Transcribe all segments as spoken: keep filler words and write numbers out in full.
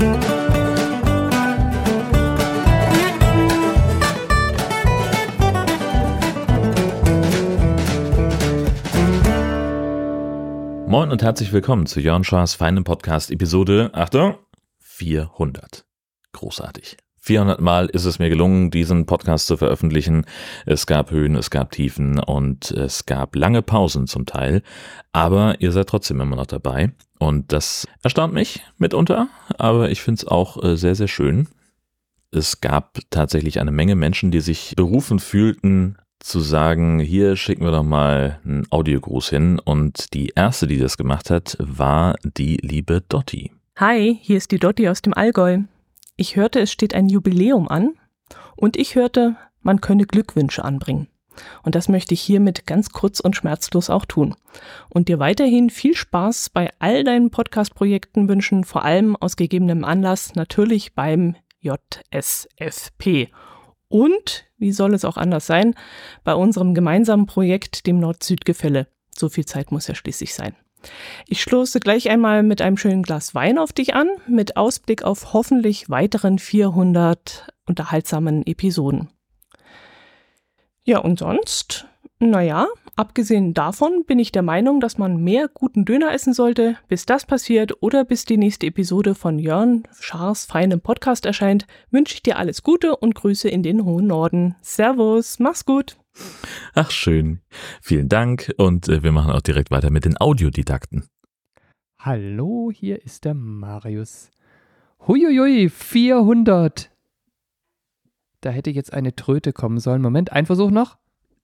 Moin und herzlich willkommen zu Jörn Schars feinem Podcast Episode, Achtung, vierhundert. Großartig. vierhundert Mal ist es mir gelungen, diesen Podcast zu veröffentlichen. Es gab Höhen, es gab Tiefen und es gab lange Pausen zum Teil. Aber ihr seid trotzdem immer noch dabei. Und das erstaunt mich mitunter, aber ich finde es auch sehr, sehr schön. Es gab tatsächlich eine Menge Menschen, die sich berufen fühlten, zu sagen, hier schicken wir doch mal einen Audiogruß hin. Und die erste, die das gemacht hat, war die liebe Dotti. Hi, hier ist die Dotti aus dem Allgäu. Ich hörte, es steht ein Jubiläum an und ich hörte, man könne Glückwünsche anbringen. Und das möchte ich hiermit ganz kurz und schmerzlos auch tun. Und dir weiterhin viel Spaß bei all deinen Podcast-Projekten wünschen, vor allem aus gegebenem Anlass natürlich beim J S F P. Und, wie soll es auch anders sein, bei unserem gemeinsamen Projekt, dem Nord-Süd-Gefälle. So viel Zeit muss ja schließlich sein. Ich stoße gleich einmal mit einem schönen Glas Wein auf dich an, mit Ausblick auf hoffentlich weiteren vierhundert unterhaltsamen Episoden. Ja, und sonst? Naja, abgesehen davon bin ich der Meinung, dass man mehr guten Döner essen sollte, bis das passiert oder bis die nächste Episode von Jörn Schars feinem Podcast erscheint, wünsche ich dir alles Gute und Grüße in den hohen Norden. Servus, mach's gut. Ach schön, vielen Dank und äh, wir machen auch direkt weiter mit den Audiodidakten. Hallo, hier ist der Marius. Huiuiui, vierhundert. Da hätte jetzt eine Tröte kommen sollen. Moment, ein Versuch noch.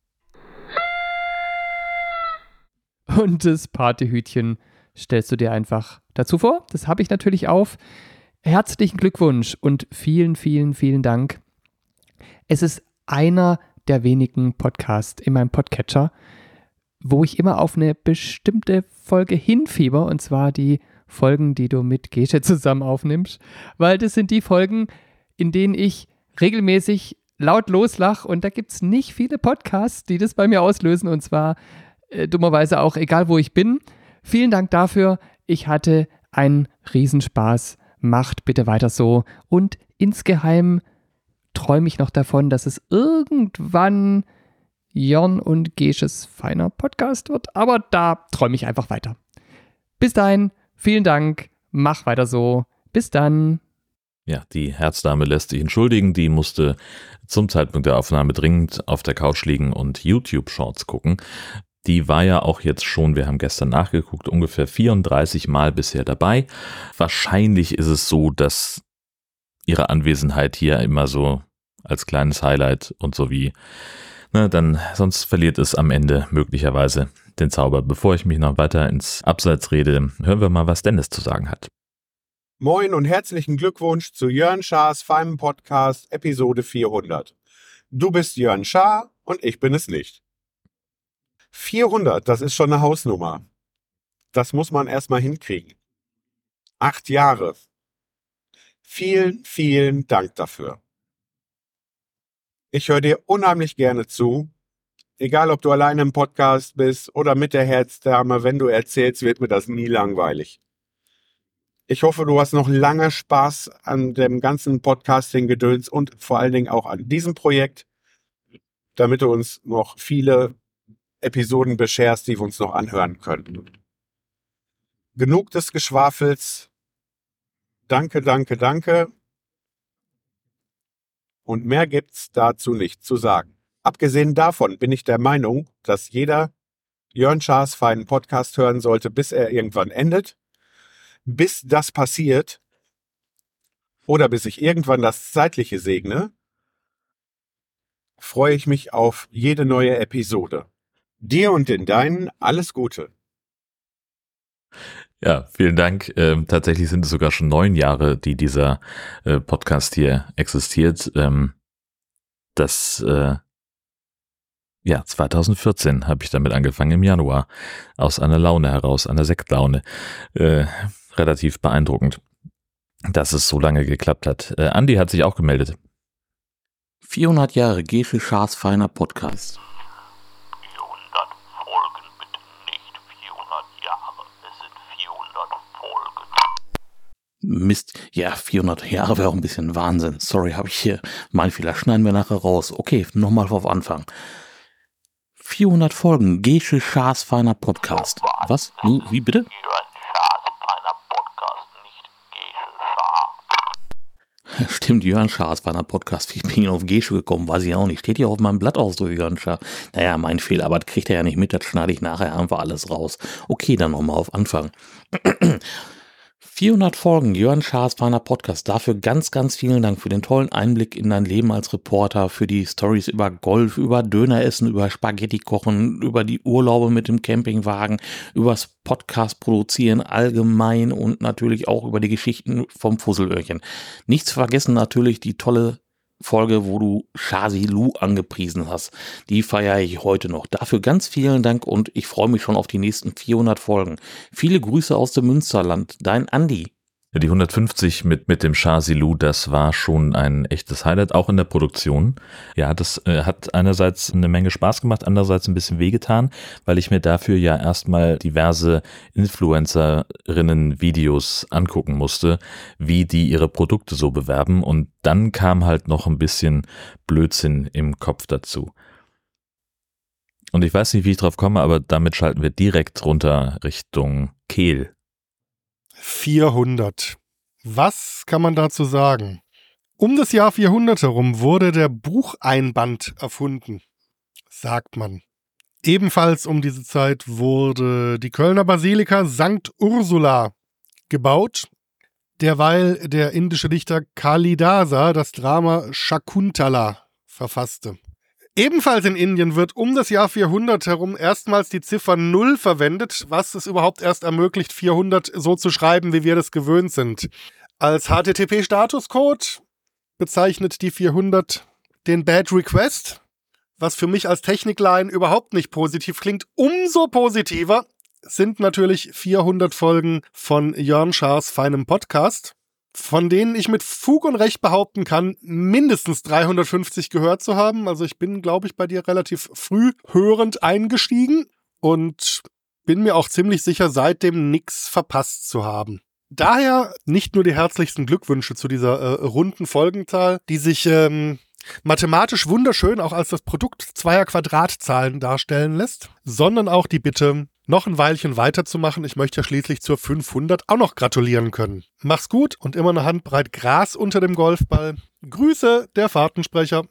Und das Partyhütchen stellst du dir einfach dazu vor. Das habe ich natürlich auf. Herzlichen Glückwunsch und vielen, vielen, vielen Dank. Es ist einer der wenigen Podcasts in meinem Podcatcher, wo ich immer auf eine bestimmte Folge hinfieber, und zwar die Folgen, die du mit Gesche zusammen aufnimmst, weil das sind die Folgen, in denen ich regelmäßig laut loslach, und da gibt es nicht viele Podcasts, die das bei mir auslösen, und zwar äh, dummerweise auch egal, wo ich bin. Vielen Dank dafür, ich hatte einen Riesenspaß, macht bitte weiter so, und insgeheim träume ich noch davon, dass es irgendwann Jörn und Gesches feiner Podcast wird, aber da träume ich einfach weiter. Bis dahin, vielen Dank, mach weiter so, bis dann. Ja, die Herzdame lässt sich entschuldigen, die musste zum Zeitpunkt der Aufnahme dringend auf der Couch liegen und YouTube-Shorts gucken. Die war ja auch jetzt schon, wir haben gestern nachgeguckt, ungefähr vierunddreißig Mal bisher dabei. Wahrscheinlich ist es so, dass ihre Anwesenheit hier immer so als kleines Highlight und so wie, ne, dann sonst verliert es am Ende möglicherweise den Zauber. Bevor ich mich noch weiter ins Abseits rede, hören wir mal, was Dennis zu sagen hat. Moin und herzlichen Glückwunsch zu Jörn Schars feinem Podcast Episode vierhundert. Du bist Jörn Schaar und ich bin es nicht. vierhundert, das ist schon eine Hausnummer. Das muss man erstmal hinkriegen. Acht Jahre. Vielen, vielen Dank dafür. Ich höre dir unheimlich gerne zu. Egal, ob du alleine im Podcast bist oder mit der Herzdame, wenn du erzählst, wird mir das nie langweilig. Ich hoffe, du hast noch lange Spaß an dem ganzen Podcasting-Gedöns und vor allen Dingen auch an diesem Projekt, damit du uns noch viele Episoden bescherst, die wir uns noch anhören können. Genug des Geschwafels. Danke, danke, danke. Und mehr gibt's dazu nicht zu sagen. Abgesehen davon bin ich der Meinung, dass jeder Jörn Schars feinen Podcast hören sollte, bis er irgendwann endet. Bis das passiert oder bis ich irgendwann das Zeitliche segne, freue ich mich auf jede neue Episode. Dir und den Deinen alles Gute. Ja, vielen Dank. Ähm, tatsächlich sind es sogar schon neun Jahre, die dieser äh, Podcast hier existiert. Ähm, das, äh, ja, zweitausendvierzehn habe ich damit angefangen, im Januar, aus einer Laune heraus, einer Sektlaune. Äh, relativ beeindruckend, dass es so lange geklappt hat. Äh, Andi hat sich auch gemeldet. vierhundert Jahre Gesche Schars feiner Podcast. vierhundert Folgen, bitte nicht vierhundert Jahre. Es sind vierhundert Folgen. Mist, ja, vierhundert Jahre wäre auch ein bisschen Wahnsinn. Sorry, habe ich hier, mein Fehler, schneiden wir nachher raus. Okay, nochmal auf Anfang. vierhundert Folgen, Gesche Schaas feiner Podcast. Was? Wie, wie bitte? Jörn Schaas feiner Podcast, nicht Gesche Schaas. Stimmt, Jörn Schaas feiner Podcast. Wie bin ich auf Gesche gekommen, weiß ich auch nicht. Steht hier auf meinem Blatt aus, so Jörn Schaas. Naja, mein Fehler, aber das kriegt er ja nicht mit, das schneide ich nachher einfach alles raus. Okay, dann nochmal auf Anfang. vierhundert Folgen, Jörn Schaas feiner Podcast. Dafür ganz, ganz vielen Dank für den tollen Einblick in dein Leben als Reporter, für die Stories über Golf, über Döneressen, über Spaghetti kochen, über die Urlaube mit dem Campingwagen, übers Podcast produzieren allgemein und natürlich auch über die Geschichten vom Fusselöhrchen. Nicht zu vergessen natürlich die tolle Folge, wo du Shazi Lu angepriesen hast. Die feiere ich heute noch. Dafür ganz vielen Dank und ich freue mich schon auf die nächsten vierhundert Folgen. Viele Grüße aus dem Münsterland. Dein Andi. Ja, die hundertfünfzig mit, mit dem Shazi Lu, das war schon ein echtes Highlight, auch in der Produktion. Ja, das äh, hat einerseits eine Menge Spaß gemacht, andererseits ein bisschen wehgetan, weil ich mir dafür ja erstmal diverse Influencerinnen-Videos angucken musste, wie die ihre Produkte so bewerben, und dann kam halt noch ein bisschen Blödsinn im Kopf dazu. Und ich weiß nicht, wie ich drauf komme, aber damit schalten wir direkt runter Richtung Kehl. vierhundert. Was kann man dazu sagen? Um das Jahr vierhundert herum wurde der Bucheinband erfunden, sagt man. Ebenfalls um diese Zeit wurde die Kölner Basilika Sankt Ursula gebaut, derweil der indische Dichter Kalidasa das Drama Shakuntala verfasste. Ebenfalls in Indien wird um das Jahr vierhundert herum erstmals die Ziffer null verwendet, was es überhaupt erst ermöglicht, vierhundert so zu schreiben, wie wir das gewöhnt sind. Als H T T P-Statuscode bezeichnet die vierhundert den Bad Request, was für mich als Technikline überhaupt nicht positiv klingt. Umso positiver sind natürlich vierhundert Folgen von Jörn Schaas feinem Podcast, von denen ich mit Fug und Recht behaupten kann, mindestens dreihundertfünfzig gehört zu haben. Also ich bin, glaube ich, bei dir relativ früh hörend eingestiegen und bin mir auch ziemlich sicher, seitdem nichts verpasst zu haben. Daher nicht nur die herzlichsten Glückwünsche zu dieser äh, runden Folgenzahl, die sich ähm, mathematisch wunderschön auch als das Produkt zweier Quadratzahlen darstellen lässt, sondern auch die Bitte, noch ein Weilchen weiterzumachen. Ich möchte ja schließlich zur fünfhundert auch noch gratulieren können. Mach's gut und immer eine Handbreit Gras unter dem Golfball. Grüße, der Fahrtensprecher.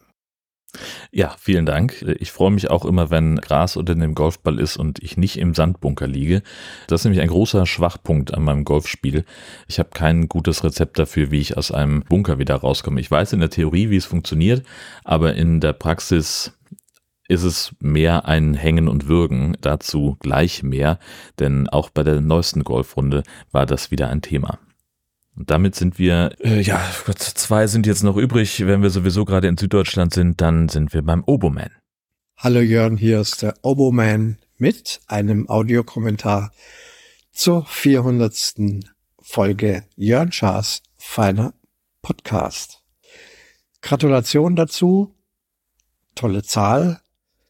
Ja, vielen Dank. Ich freue mich auch immer, wenn Gras unter dem Golfball ist und ich nicht im Sandbunker liege. Das ist nämlich ein großer Schwachpunkt an meinem Golfspiel. Ich habe kein gutes Rezept dafür, wie ich aus einem Bunker wieder rauskomme. Ich weiß in der Theorie, wie es funktioniert, aber in der Praxis ist es mehr ein Hängen und Würgen, dazu gleich mehr, denn auch bei der neuesten Golfrunde war das wieder ein Thema. Und damit sind wir, äh, ja, zwei sind jetzt noch übrig. Wenn wir sowieso gerade in Süddeutschland sind, dann sind wir beim Oboman. Hallo Jörn, hier ist der Oboman mit einem Audiokommentar zur vierhundertsten Folge Jörn Schaas feiner Podcast. Gratulation dazu, tolle Zahl.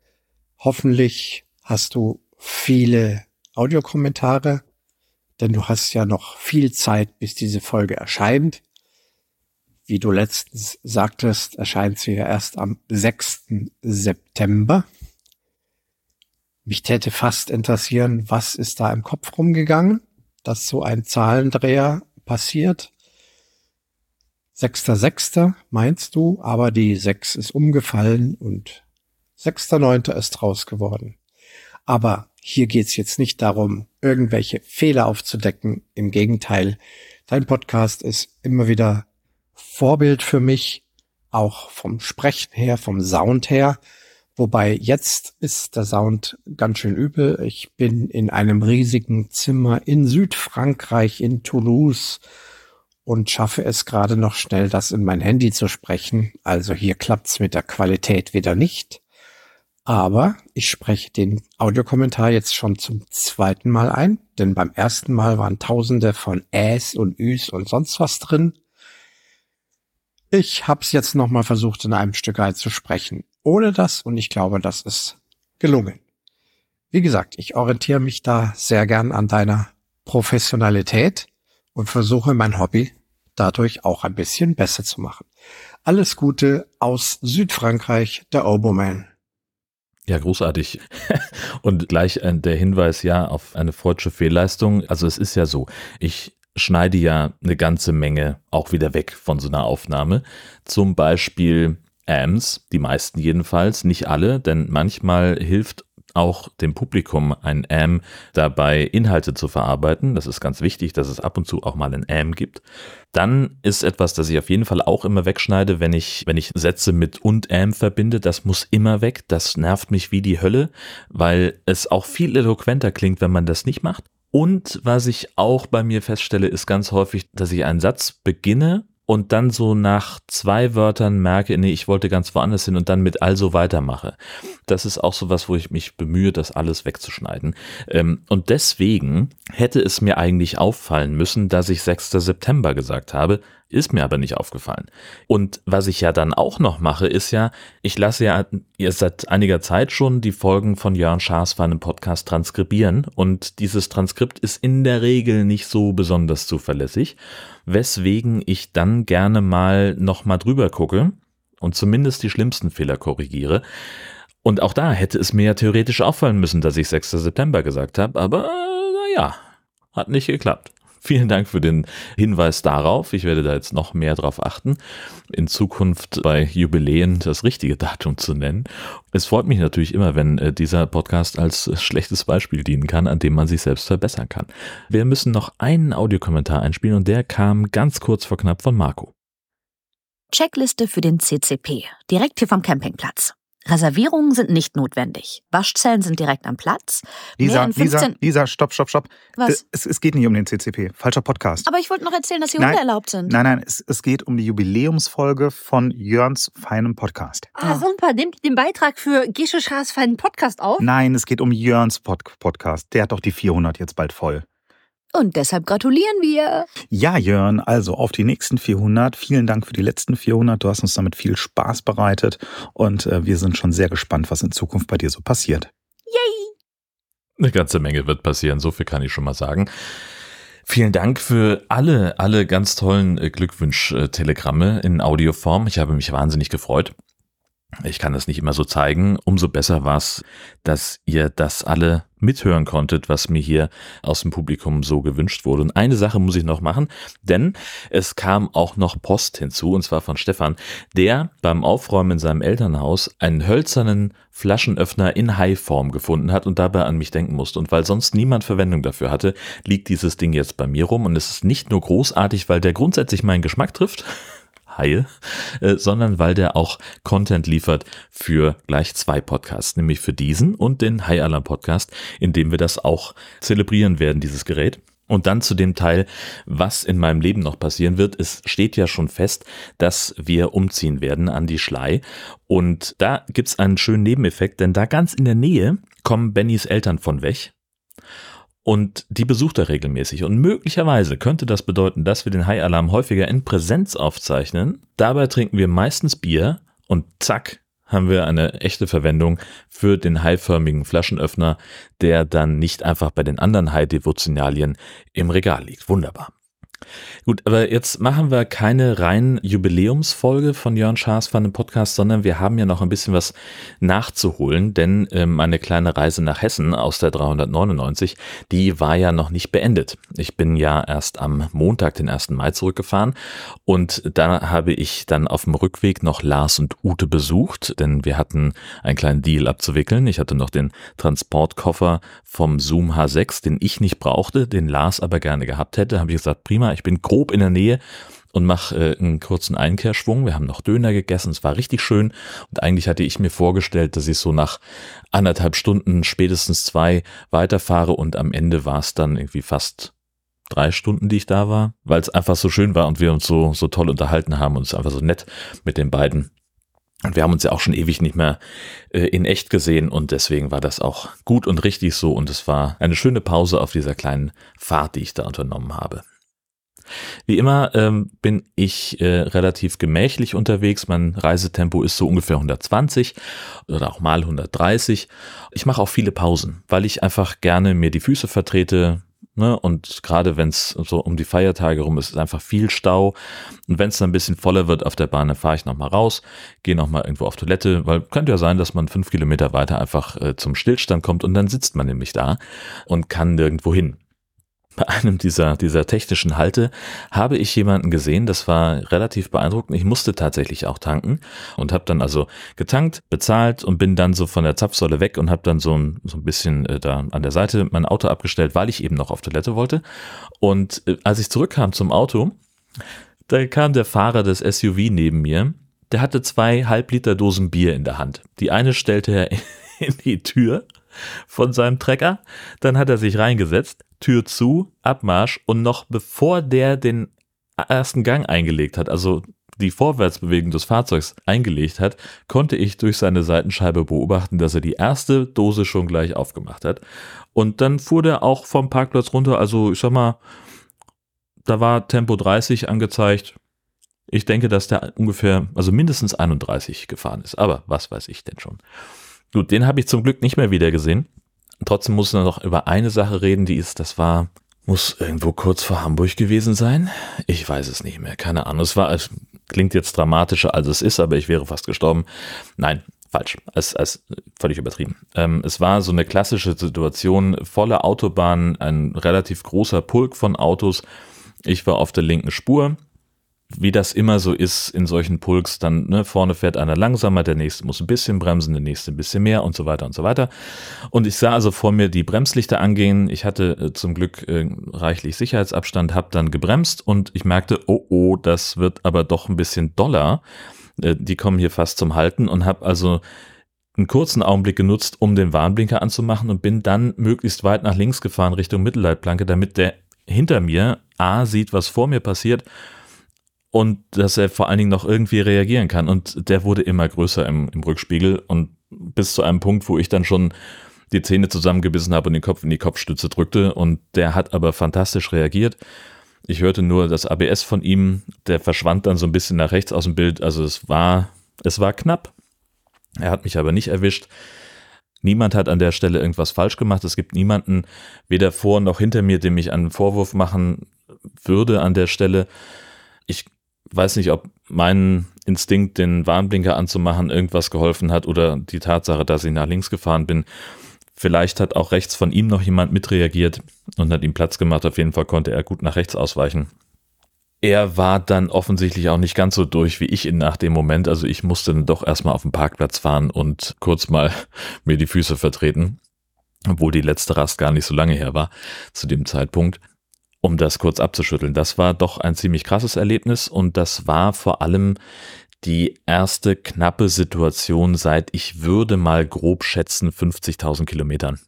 Hoffentlich hast du viele Audiokommentare, denn du hast ja noch viel Zeit, bis diese Folge erscheint. Wie du letztens sagtest, erscheint sie ja erst am sechsten September. Mich täte fast interessieren, was ist da im Kopf rumgegangen, dass so ein Zahlendreher passiert. sechster sechster meinst du, aber die sechs ist umgefallen und sechster neunter ist raus geworden. Aber hier geht's jetzt nicht darum, irgendwelche Fehler aufzudecken. Im Gegenteil, dein Podcast ist immer wieder Vorbild für mich, auch vom Sprechen her, vom Sound her. Wobei jetzt ist der Sound ganz schön übel. Ich bin in einem riesigen Zimmer in Südfrankreich, in Toulouse, und schaffe es gerade noch schnell, das in mein Handy zu sprechen. Also hier klappt's mit der Qualität wieder nicht. Aber ich spreche den Audiokommentar jetzt schon zum zweiten Mal ein, denn beim ersten Mal waren tausende von Äs und Üs und sonst was drin. Ich habe es jetzt nochmal versucht, in einem Stück einzusprechen, ohne das, und ich glaube, das ist gelungen. Wie gesagt, ich orientiere mich da sehr gern an deiner Professionalität und versuche mein Hobby dadurch auch ein bisschen besser zu machen. Alles Gute aus Südfrankreich, der Oboman. Ja, großartig. Und gleich der Hinweis ja auf eine freudsche Fehlleistung. Also es ist ja so, ich schneide ja eine ganze Menge auch wieder weg von so einer Aufnahme. Zum Beispiel Ams, die meisten jedenfalls, nicht alle, denn manchmal hilft auch dem Publikum ein Am dabei, Inhalte zu verarbeiten. Das ist ganz wichtig, dass es ab und zu auch mal ein Am gibt. Dann ist etwas, das ich auf jeden Fall auch immer wegschneide, wenn ich, wenn ich Sätze mit und Am verbinde. Das muss immer weg. Das nervt mich wie die Hölle, weil es auch viel eloquenter klingt, wenn man das nicht macht. Und was ich auch bei mir feststelle, ist ganz häufig, dass ich einen Satz beginne und dann so nach zwei Wörtern merke, nee, ich wollte ganz woanders hin und dann mit also weitermache. Das ist auch sowas, wo ich mich bemühe, das alles wegzuschneiden. Und deswegen hätte es mir eigentlich auffallen müssen, dass ich sechster September gesagt habe, ist mir aber nicht aufgefallen. Und was ich ja dann auch noch mache, ist ja, ich lasse ja jetzt seit einiger Zeit schon die Folgen von Jörn Schaas für einen Podcast transkribieren und dieses Transkript ist in der Regel nicht so besonders zuverlässig, weswegen ich dann gerne mal nochmal drüber gucke und zumindest die schlimmsten Fehler korrigiere. Und auch da hätte es mir ja theoretisch auffallen müssen, dass ich sechster September gesagt habe, aber äh, naja, hat nicht geklappt. Vielen Dank für den Hinweis darauf. Ich werde da jetzt noch mehr drauf achten, in Zukunft bei Jubiläen das richtige Datum zu nennen. Es freut mich natürlich immer, wenn äh, dieser Podcast als schlechtes Beispiel dienen kann, an dem man sich selbst verbessern kann. Wir müssen noch einen Audiokommentar einspielen und der kam ganz kurz vor knapp von Marco. Checkliste für den C C P, direkt hier vom Campingplatz. Reservierungen sind nicht notwendig. Waschzellen sind direkt am Platz. Lisa, Lisa, Lisa, stopp, stopp, stopp. Was? Es, es geht nicht um den C C P. Falscher Podcast. Aber ich wollte noch erzählen, dass hier Nein, Hunde erlaubt sind. Nein, nein, es, es geht um die Jubiläumsfolge von Jörns feinem Podcast. Ah, super. Nimmt den Beitrag für Gesche Schaas feinen Podcast auf? Nein, es geht um Jörns Pod- Podcast. Der hat doch die vierhundert jetzt bald voll. Und deshalb gratulieren wir. Ja, Jörn, also auf die nächsten vierhundert. Vielen Dank für die letzten vierhundert. Du hast uns damit viel Spaß bereitet und äh, wir sind schon sehr gespannt, was in Zukunft bei dir so passiert. Yay! Eine ganze Menge wird passieren, so viel kann ich schon mal sagen. Vielen Dank für alle, alle ganz tollen äh, Glückwunsch-Telegramme in Audioform. Ich habe mich wahnsinnig gefreut. Ich kann das nicht immer so zeigen. Umso besser war es, dass ihr das alle mithören konntet, was mir hier aus dem Publikum so gewünscht wurde. Und eine Sache muss ich noch machen, denn es kam auch noch Post hinzu, und zwar von Stefan, der beim Aufräumen in seinem Elternhaus einen hölzernen Flaschenöffner in Haiform gefunden hat und dabei an mich denken musste. Und weil sonst niemand Verwendung dafür hatte, liegt dieses Ding jetzt bei mir rum. Und es ist nicht nur großartig, weil der grundsätzlich meinen Geschmack trifft, Haie, äh, sondern weil der auch Content liefert für gleich zwei Podcasts, nämlich für diesen und den High Alarm Podcast, in dem wir das auch zelebrieren werden, dieses Gerät. Und dann zu dem Teil, was in meinem Leben noch passieren wird. Es steht ja schon fest, dass wir umziehen werden an die Schlei. Und da gibt's einen schönen Nebeneffekt, denn da ganz in der Nähe kommen Bennys Eltern von weg. Und die besucht er regelmäßig. Und möglicherweise könnte das bedeuten, dass wir den High Alarm häufiger in Präsenz aufzeichnen. Dabei trinken wir meistens Bier und zack, haben wir eine echte Verwendung für den haiförmigen Flaschenöffner, der dann nicht einfach bei den anderen Hai-Devotionalien im Regal liegt. Wunderbar. Gut, aber jetzt machen wir keine rein Jubiläumsfolge von Jörn Schaas von dem Podcast, sondern wir haben ja noch ein bisschen was nachzuholen, denn ähm, meine kleine Reise nach Hessen aus der dreihundertneunundneunzig, die war ja noch nicht beendet. Ich bin ja erst am Montag, den ersten Mai, zurückgefahren und da habe ich dann auf dem Rückweg noch Lars und Ute besucht, denn wir hatten einen kleinen Deal abzuwickeln. Ich hatte noch den Transportkoffer vom Zoom H sechs, den ich nicht brauchte, den Lars aber gerne gehabt hätte. Habe ich gesagt, prima, ich bin grob in der Nähe und mache äh, einen kurzen Einkehrschwung. Wir haben noch Döner gegessen, es war richtig schön und eigentlich hatte ich mir vorgestellt, dass ich so nach anderthalb Stunden, spätestens zwei weiterfahre und am Ende war es dann irgendwie fast drei Stunden, die ich da war, weil es einfach so schön war und wir uns so, so toll unterhalten haben und es ist einfach so nett mit den beiden. Und wir haben uns ja auch schon ewig nicht mehr äh, in echt gesehen und deswegen war das auch gut und richtig so und es war eine schöne Pause auf dieser kleinen Fahrt, die ich da unternommen habe. Wie immer ähm, bin ich äh, relativ gemächlich unterwegs. Mein Reisetempo ist so ungefähr hundertzwanzig oder auch mal hundertdreißig. Ich mache auch viele Pausen, weil ich einfach gerne mir die Füße vertrete, Ne? Und gerade wenn es so um die Feiertage rum ist, ist einfach viel Stau. Und wenn es dann ein bisschen voller wird auf der Bahn, dann fahre ich nochmal raus, gehe nochmal irgendwo auf Toilette, weil könnte ja sein, dass man fünf Kilometer weiter einfach äh, zum Stillstand kommt und dann sitzt man nämlich da und kann nirgendwo hin. Bei einem dieser, dieser technischen Halte habe ich jemanden gesehen, das war relativ beeindruckend. Ich musste tatsächlich auch tanken und habe dann also getankt, bezahlt und bin dann so von der Zapfsäule weg und habe dann so ein, so ein bisschen äh, da an der Seite mein Auto abgestellt, weil ich eben noch auf Toilette wollte. Und äh, als ich zurückkam zum Auto, da kam der Fahrer des S U V neben mir, der hatte zwei Halbliter Dosen Bier in der Hand. Die eine stellte er in die Tür von seinem Trecker, dann hat er sich reingesetzt, Tür zu, Abmarsch und noch bevor der den ersten Gang eingelegt hat, also die Vorwärtsbewegung des Fahrzeugs eingelegt hat, konnte ich durch seine Seitenscheibe beobachten, dass er die erste Dose schon gleich aufgemacht hat. Und dann fuhr der auch vom Parkplatz runter, also ich sag mal, da war Tempo dreißig angezeigt. Ich denke, dass der ungefähr, also mindestens einunddreißig gefahren ist, aber was weiß ich denn schon. Gut, den habe ich zum Glück nicht mehr wieder gesehen. Trotzdem muss man noch über eine Sache reden, die ist, das war, muss irgendwo kurz vor Hamburg gewesen sein. Ich weiß es nicht mehr, keine Ahnung. Es war, es klingt jetzt dramatischer, als es ist, aber ich wäre fast gestorben. Nein, falsch, es ist völlig übertrieben. Ähm, es war so eine klassische Situation, volle Autobahn, ein relativ großer Pulk von Autos. Ich war auf der linken Spur. Wie das immer so ist in solchen Pulks, dann ne, vorne fährt einer langsamer, der nächste muss ein bisschen bremsen, der nächste ein bisschen mehr und so weiter und so weiter. Und ich sah also vor mir die Bremslichter angehen. Ich hatte äh, zum Glück äh, reichlich Sicherheitsabstand, habe dann gebremst und ich merkte, oh oh, das wird aber doch ein bisschen doller. Äh, die kommen hier fast zum Halten und habe also einen kurzen Augenblick genutzt, um den Warnblinker anzumachen und bin dann möglichst weit nach links gefahren Richtung Mittelleitplanke, damit der hinter mir A sieht, was vor mir passiert, und dass er vor allen Dingen noch irgendwie reagieren kann. Und der wurde immer größer im, im Rückspiegel und bis zu einem Punkt, wo ich dann schon die Zähne zusammengebissen habe und den Kopf in die Kopfstütze drückte. Und der hat aber fantastisch reagiert. Ich hörte nur das A B S von ihm, der verschwand dann so ein bisschen nach rechts aus dem Bild. Also es war, es war knapp. Er hat mich aber nicht erwischt. Niemand hat an der Stelle irgendwas falsch gemacht. Es gibt niemanden, weder vor noch hinter mir, dem ich einen Vorwurf machen würde an der Stelle. Ich weiß nicht, ob mein Instinkt, den Warnblinker anzumachen, irgendwas geholfen hat oder die Tatsache, dass ich nach links gefahren bin. Vielleicht hat auch rechts von ihm noch jemand mitreagiert und hat ihm Platz gemacht. Auf jeden Fall konnte er gut nach rechts ausweichen. Er war dann offensichtlich auch nicht ganz so durch wie ich in nach dem Moment. Also ich musste dann doch erstmal auf den Parkplatz fahren und kurz mal mir die Füße vertreten, obwohl die letzte Rast gar nicht so lange her war zu dem Zeitpunkt. Um das kurz abzuschütteln, das war doch ein ziemlich krasses Erlebnis und das war vor allem die erste knappe Situation seit, ich würde mal grob schätzen, fünfzigtausend Kilometern.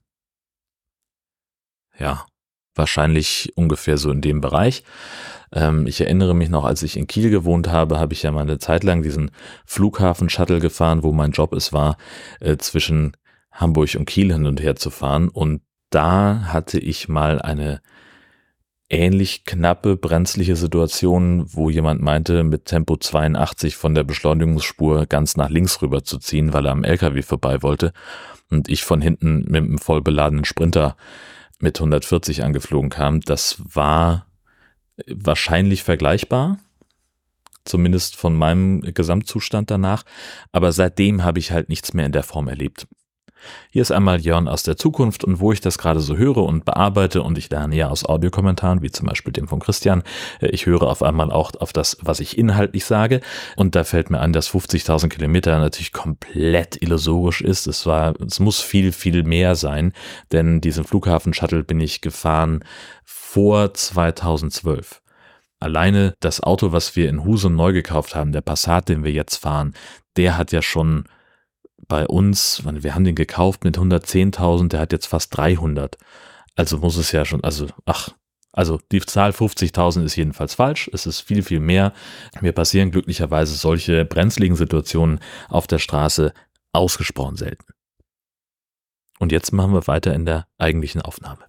Ja, wahrscheinlich ungefähr so in dem Bereich. Ähm, ich erinnere mich noch, als ich in Kiel gewohnt habe, habe ich ja mal eine Zeit lang diesen Flughafen-Shuttle gefahren, wo mein Job es war, äh, zwischen Hamburg und Kiel hin und her zu fahren und da hatte ich mal eine ähnlich knappe, brenzliche Situation, wo jemand meinte, mit Tempo zweiundachtzig von der Beschleunigungsspur ganz nach links rüber zu ziehen, weil er am L K W vorbei wollte und ich von hinten mit einem voll beladenen Sprinter mit hundertvierzig angeflogen kam. Das war wahrscheinlich vergleichbar, zumindest von meinem Gesamtzustand danach, aber seitdem habe ich halt nichts mehr in der Form erlebt. Hier ist einmal Jörn aus der Zukunft und wo ich das gerade so höre und bearbeite und ich lerne ja aus Audiokommentaren, wie zum Beispiel dem von Christian, ich höre auf einmal auch auf das, was ich inhaltlich sage und da fällt mir an, dass fünfzigtausend Kilometer natürlich komplett illusorisch ist. Es war, es muss viel, viel mehr sein, denn diesen Flughafen-Shuttle bin ich gefahren vor zweitausendzwölf. Alleine das Auto, was wir in Husum neu gekauft haben, der Passat, den wir jetzt fahren, der hat ja schon bei uns, wir haben den gekauft mit hundertzehntausend, der hat jetzt fast dreihundert. Also muss es ja schon, also ach, also die Zahl fünfzigtausend ist jedenfalls falsch. Es ist viel, viel mehr. Mir passieren glücklicherweise solche brenzligen Situationen auf der Straße ausgesprochen selten. Und jetzt machen wir weiter in der eigentlichen Aufnahme.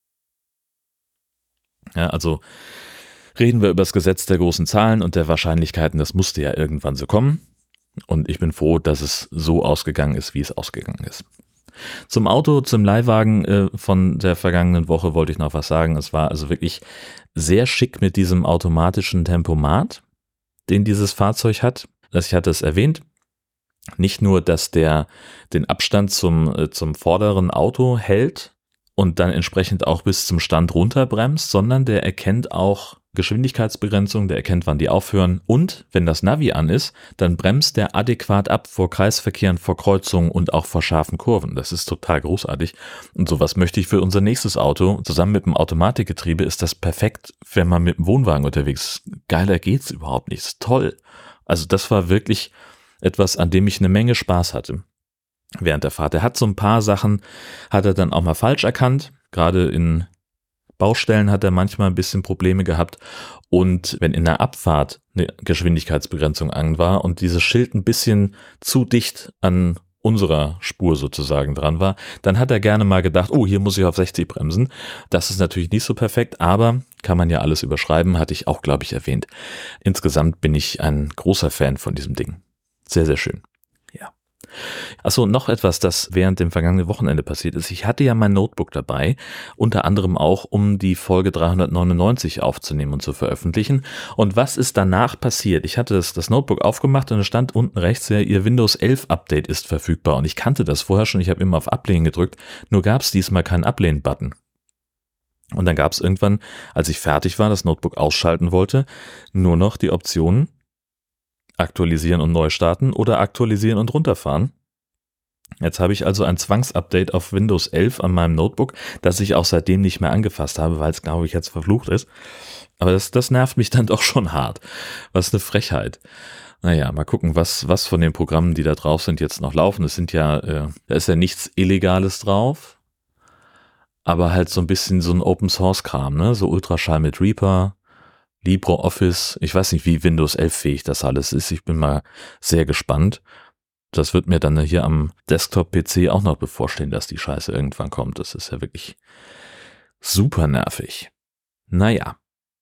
Ja, also reden wir über das Gesetz der großen Zahlen und der Wahrscheinlichkeiten. Das musste ja irgendwann so kommen. Und ich bin froh, dass es so ausgegangen ist, wie es ausgegangen ist. Zum Auto, zum Leihwagen äh, von der vergangenen Woche wollte ich noch was sagen. Es war also wirklich sehr schick mit diesem automatischen Tempomat, den dieses Fahrzeug hat. Ich hatte es erwähnt. Nicht nur, dass der den Abstand zum, äh, zum vorderen Auto hält und dann entsprechend auch bis zum Stand runterbremst, sondern der erkennt auch Geschwindigkeitsbegrenzung, der erkennt, wann die aufhören, und wenn das Navi an ist, dann bremst der adäquat ab vor Kreisverkehren, vor Kreuzungen und auch vor scharfen Kurven. Das ist total großartig und sowas möchte ich für unser nächstes Auto. Zusammen mit dem Automatikgetriebe ist das perfekt, wenn man mit dem Wohnwagen unterwegs ist. Geiler geht's überhaupt nicht. Ist toll. Also das war wirklich etwas, an dem ich eine Menge Spaß hatte während der Fahrt. Er hat so ein paar Sachen, hat er dann auch mal falsch erkannt, gerade in Baustellen hat er manchmal ein bisschen Probleme gehabt, und wenn in der Abfahrt eine Geschwindigkeitsbegrenzung an war und dieses Schild ein bisschen zu dicht an unserer Spur sozusagen dran war, dann hat er gerne mal gedacht, oh, hier muss ich auf sechzig bremsen. Das ist natürlich nicht so perfekt, aber kann man ja alles überschreiben, hatte ich auch, glaube ich, erwähnt. Insgesamt bin ich ein großer Fan von diesem Ding. Sehr, sehr schön. Ja. Achso, noch etwas, das während dem vergangenen Wochenende passiert ist. Ich hatte ja mein Notebook dabei, unter anderem auch, um die Folge dreihundertneunundneunzig aufzunehmen und zu veröffentlichen. Und was ist danach passiert? Ich hatte das, das Notebook aufgemacht und es stand unten rechts, ja, Ihr Windows elf Update ist verfügbar. Und ich kannte das vorher schon, ich habe immer auf Ablehnen gedrückt, nur gab es diesmal keinen Ablehnen-Button. Und dann gab es irgendwann, als ich fertig war, das Notebook ausschalten wollte, nur noch die Option aktualisieren und neu starten oder aktualisieren und runterfahren. Jetzt habe ich also ein Zwangsupdate auf Windows elf an meinem Notebook, das ich auch seitdem nicht mehr angefasst habe, weil es, glaube ich, jetzt verflucht ist. Aber das, das nervt mich dann doch schon hart. Was eine Frechheit. Naja, mal gucken, was, was von den Programmen, die da drauf sind, jetzt noch laufen. Es sind ja, äh, da ist ja nichts Illegales drauf, aber halt so ein bisschen so ein Open-Source-Kram, ne? So Ultraschall mit Reaper, LibreOffice, ich weiß nicht, wie Windows elf fähig das alles ist. Ich bin mal sehr gespannt. Das wird mir dann hier am Desktop-P C auch noch bevorstehen, dass die Scheiße irgendwann kommt. Das ist ja wirklich super nervig. Naja.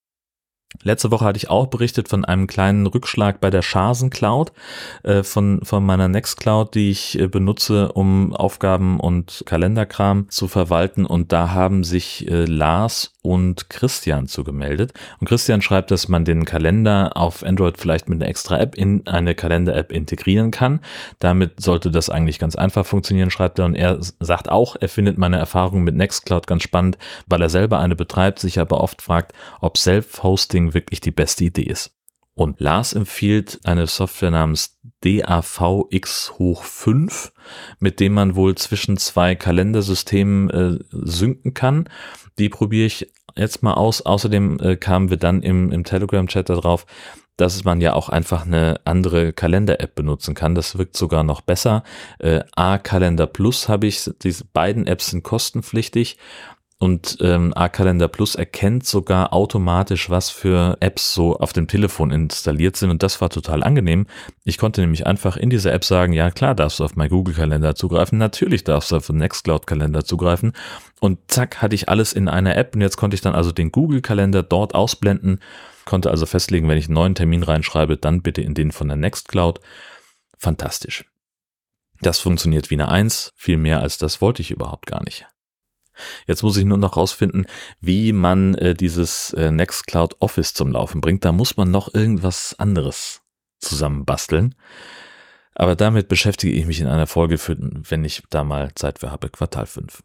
Letzte Woche hatte ich auch berichtet von einem kleinen Rückschlag bei der Schasen Cloud, äh, von, von meiner Nextcloud, die ich äh, benutze, um Aufgaben und Kalenderkram zu verwalten. Und da haben sich äh, Lars und Christian zugemeldet. Und Christian schreibt, dass man den Kalender auf Android vielleicht mit einer extra App in eine Kalender-App integrieren kann. Damit sollte das eigentlich ganz einfach funktionieren, schreibt er. Und er sagt auch, er findet meine Erfahrung mit Nextcloud ganz spannend, weil er selber eine betreibt, sich aber oft fragt, ob Self-Hosting wirklich die beste Idee ist. Und Lars empfiehlt eine Software namens D A V X hoch fünf, mit dem man wohl zwischen zwei Kalendersystemen äh, synken kann. Die probiere ich jetzt mal aus. Außerdem äh, kamen wir dann im, im Telegram-Chat darauf, dass man ja auch einfach eine andere Kalender-App benutzen kann. Das wirkt sogar noch besser. Äh, A-Kalender Plus habe ich, diese beiden Apps sind kostenpflichtig. Und ähm, A-Kalender Plus erkennt sogar automatisch, was für Apps so auf dem Telefon installiert sind. Und das war total angenehm. Ich konnte nämlich einfach in dieser App sagen, ja klar, darfst du auf meinen Google-Kalender zugreifen. Natürlich darfst du auf den Nextcloud-Kalender zugreifen. Und zack, hatte ich alles in einer App. Und jetzt konnte ich dann also den Google-Kalender dort ausblenden. Konnte also festlegen, wenn ich einen neuen Termin reinschreibe, dann bitte in den von der Nextcloud. Fantastisch. Das funktioniert wie eine Eins. Viel mehr als das wollte ich überhaupt gar nicht. Jetzt muss ich nur noch rausfinden, wie man äh, dieses äh, Nextcloud Office zum Laufen bringt. Da muss man noch irgendwas anderes zusammenbasteln. Aber damit beschäftige ich mich in einer Folge, für, wenn ich da mal Zeit für habe, Quartal fünf.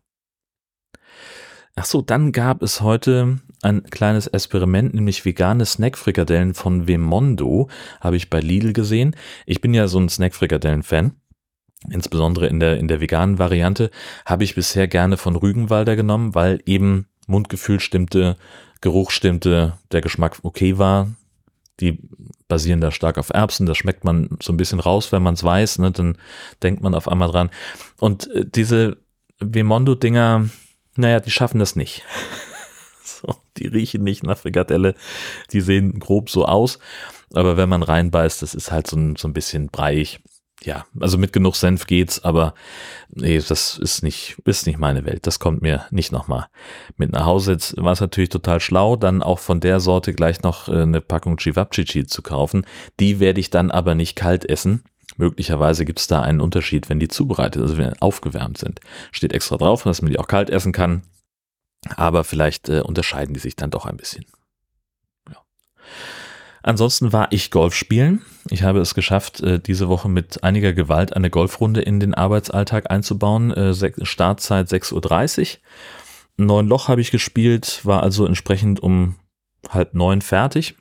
Ach so, dann gab es heute ein kleines Experiment, nämlich vegane Snackfrikadellen von Vemondo, habe ich bei Lidl gesehen. Ich bin ja so ein Snackfrikadellen-Fan. Insbesondere in der, in der veganen Variante habe ich bisher gerne von Rügenwalder genommen, weil eben Mundgefühl stimmte, Geruch stimmte, der Geschmack okay war. Die basieren da stark auf Erbsen, das schmeckt man so ein bisschen raus, wenn man es weiß, ne? Dann denkt man auf einmal dran. Und äh, diese Vemondo-Dinger, naja, die schaffen das nicht. So, die riechen nicht nach Frikadelle, die sehen grob so aus, aber wenn man reinbeißt, das ist halt so ein, so ein bisschen breiig. Ja, also mit genug Senf geht's, aber nee, das ist nicht, ist nicht meine Welt. Das kommt mir nicht nochmal mit nach Hause. Jetzt war es natürlich total schlau, dann auch von der Sorte gleich noch eine Packung Cevapcici zu kaufen. Die werde ich dann aber nicht kalt essen, Möglicherweise gibt es da einen Unterschied, wenn die zubereitet, also wenn die aufgewärmt sind. Steht extra drauf, dass man die auch kalt essen kann. Aber vielleicht äh, unterscheiden die sich dann doch ein bisschen. Ja. Ansonsten war ich Golf spielen. Ich habe es geschafft, äh, diese Woche mit einiger Gewalt eine Golfrunde in den Arbeitsalltag einzubauen. Äh, Startzeit sechs Uhr dreißig. Neun Loch habe ich gespielt, war also entsprechend um halb neun fertig.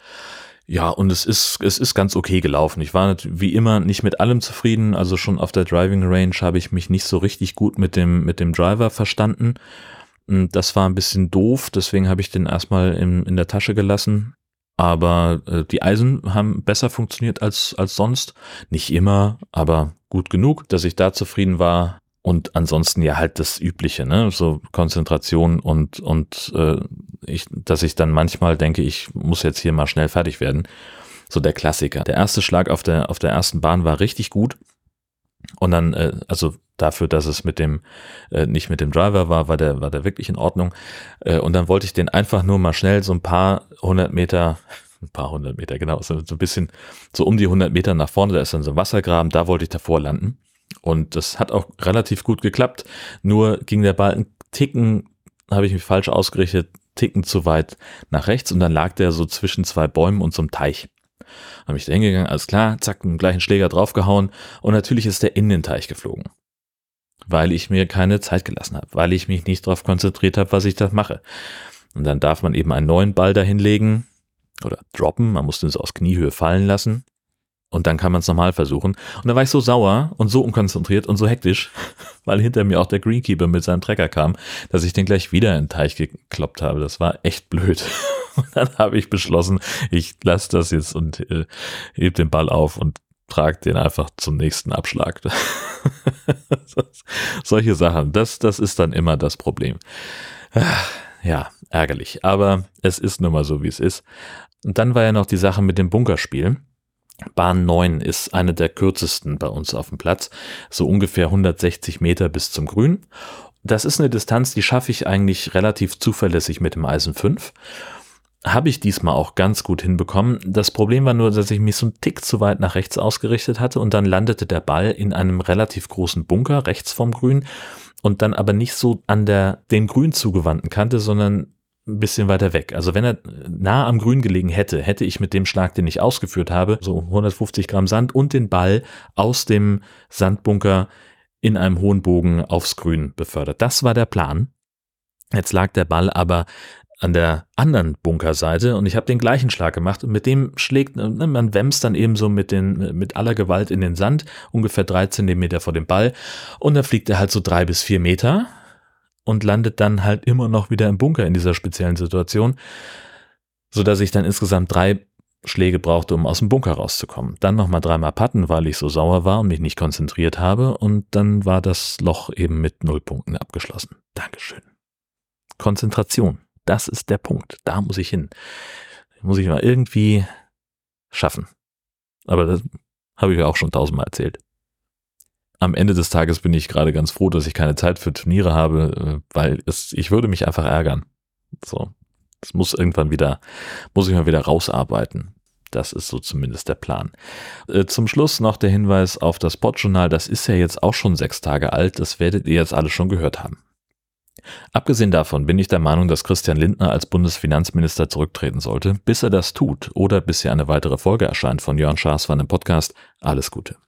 Ja, und es ist, es ist ganz okay gelaufen. Ich war wie immer nicht mit allem zufrieden. Also schon auf der Driving Range habe ich mich nicht so richtig gut mit dem, mit dem Driver verstanden. Das war ein bisschen doof, deswegen habe ich den erstmal in, in der Tasche gelassen. Aber äh, die Eisen haben besser funktioniert als, als sonst. Nicht immer, aber gut genug, dass ich da zufrieden war. Und ansonsten ja halt das Übliche, ne, so Konzentration und, und äh, ich, dass ich dann manchmal denke, ich muss jetzt hier mal schnell fertig werden. So der Klassiker. Der erste Schlag auf der, auf der ersten Bahn war richtig gut. Und dann, äh, also dafür, dass es mit dem, äh, nicht mit dem Driver war, war der, war der wirklich in Ordnung. Äh, und dann wollte ich den einfach nur mal schnell so ein paar hundert Meter, ein paar hundert Meter, genau, so, so ein bisschen, so um die hundert Meter nach vorne, da ist dann so ein Wassergraben, da wollte ich davor landen. Und das hat auch relativ gut geklappt. Nur ging der Ball einen Ticken, habe ich mich falsch ausgerichtet, Ticken zu weit nach rechts und dann lag der so zwischen zwei Bäumen und so einem Teich. Habe ich da hingegangen, alles klar, zack, einen gleichen Schläger draufgehauen und natürlich ist der in den Teich geflogen. Weil ich mir keine Zeit gelassen habe, weil ich mich nicht darauf konzentriert habe, was ich da mache. Und dann darf man eben einen neuen Ball dahinlegen oder droppen, man muss den so aus Kniehöhe fallen lassen. Und dann kann man es nochmal versuchen. Und da war ich so sauer und so unkonzentriert und so hektisch, weil hinter mir auch der Greenkeeper mit seinem Trecker kam, dass ich den gleich wieder in den Teich gekloppt habe. Das war echt blöd. Und dann habe ich beschlossen, ich lasse das jetzt und äh, heb den Ball auf und trage den einfach zum nächsten Abschlag. Solche Sachen, das, das ist dann immer das Problem. Ja, ärgerlich. Aber es ist nun mal so, wie es ist. Und dann war ja noch die Sache mit dem Bunkerspiel. Bahn neun ist eine der kürzesten bei uns auf dem Platz, so ungefähr hundertsechzig Meter bis zum Grün. Das ist eine Distanz, die schaffe ich eigentlich relativ zuverlässig mit dem Eisen fünf. Habe ich diesmal auch ganz gut hinbekommen. Das Problem war nur, dass ich mich so einen Tick zu weit nach rechts ausgerichtet hatte und dann landete der Ball in einem relativ großen Bunker rechts vom Grün und dann aber nicht so an der dem Grün zugewandten Kante, sondern ein bisschen weiter weg. Also wenn er nah am Grün gelegen hätte, hätte ich mit dem Schlag, den ich ausgeführt habe, so hundertfünfzig Gramm Sand und den Ball aus dem Sandbunker in einem hohen Bogen aufs Grün befördert. Das war der Plan. Jetzt lag der Ball aber an der anderen Bunkerseite und ich habe den gleichen Schlag gemacht und mit dem schlägt, man wämst dann eben so mit, den, mit aller Gewalt in den Sand, ungefähr drei Zentimeter vor dem Ball und dann fliegt er halt so drei bis vier Meter und landet dann halt immer noch wieder im Bunker in dieser speziellen Situation, sodass ich dann insgesamt drei Schläge brauchte, um aus dem Bunker rauszukommen. Dann nochmal dreimal putten, weil ich so sauer war und mich nicht konzentriert habe und dann war das Loch eben mit null Punkten abgeschlossen. Dankeschön. Konzentration, das ist der Punkt, da muss ich hin. Muss ich mal irgendwie schaffen. Aber das habe ich ja auch schon tausendmal erzählt. Am Ende des Tages bin ich gerade ganz froh, dass ich keine Zeit für Turniere habe, weil es, ich würde mich einfach ärgern. So, es muss irgendwann wieder, muss ich mal wieder rausarbeiten. Das ist so zumindest der Plan. Äh, zum Schluss noch der Hinweis auf das Podjournal. Das ist ja jetzt auch schon sechs Tage alt. Das werdet ihr jetzt alle schon gehört haben. Abgesehen davon bin ich der Meinung, dass Christian Lindner als Bundesfinanzminister zurücktreten sollte. Bis er das tut oder bis hier eine weitere Folge erscheint von Jörn Schaas von dem Podcast. Alles Gute.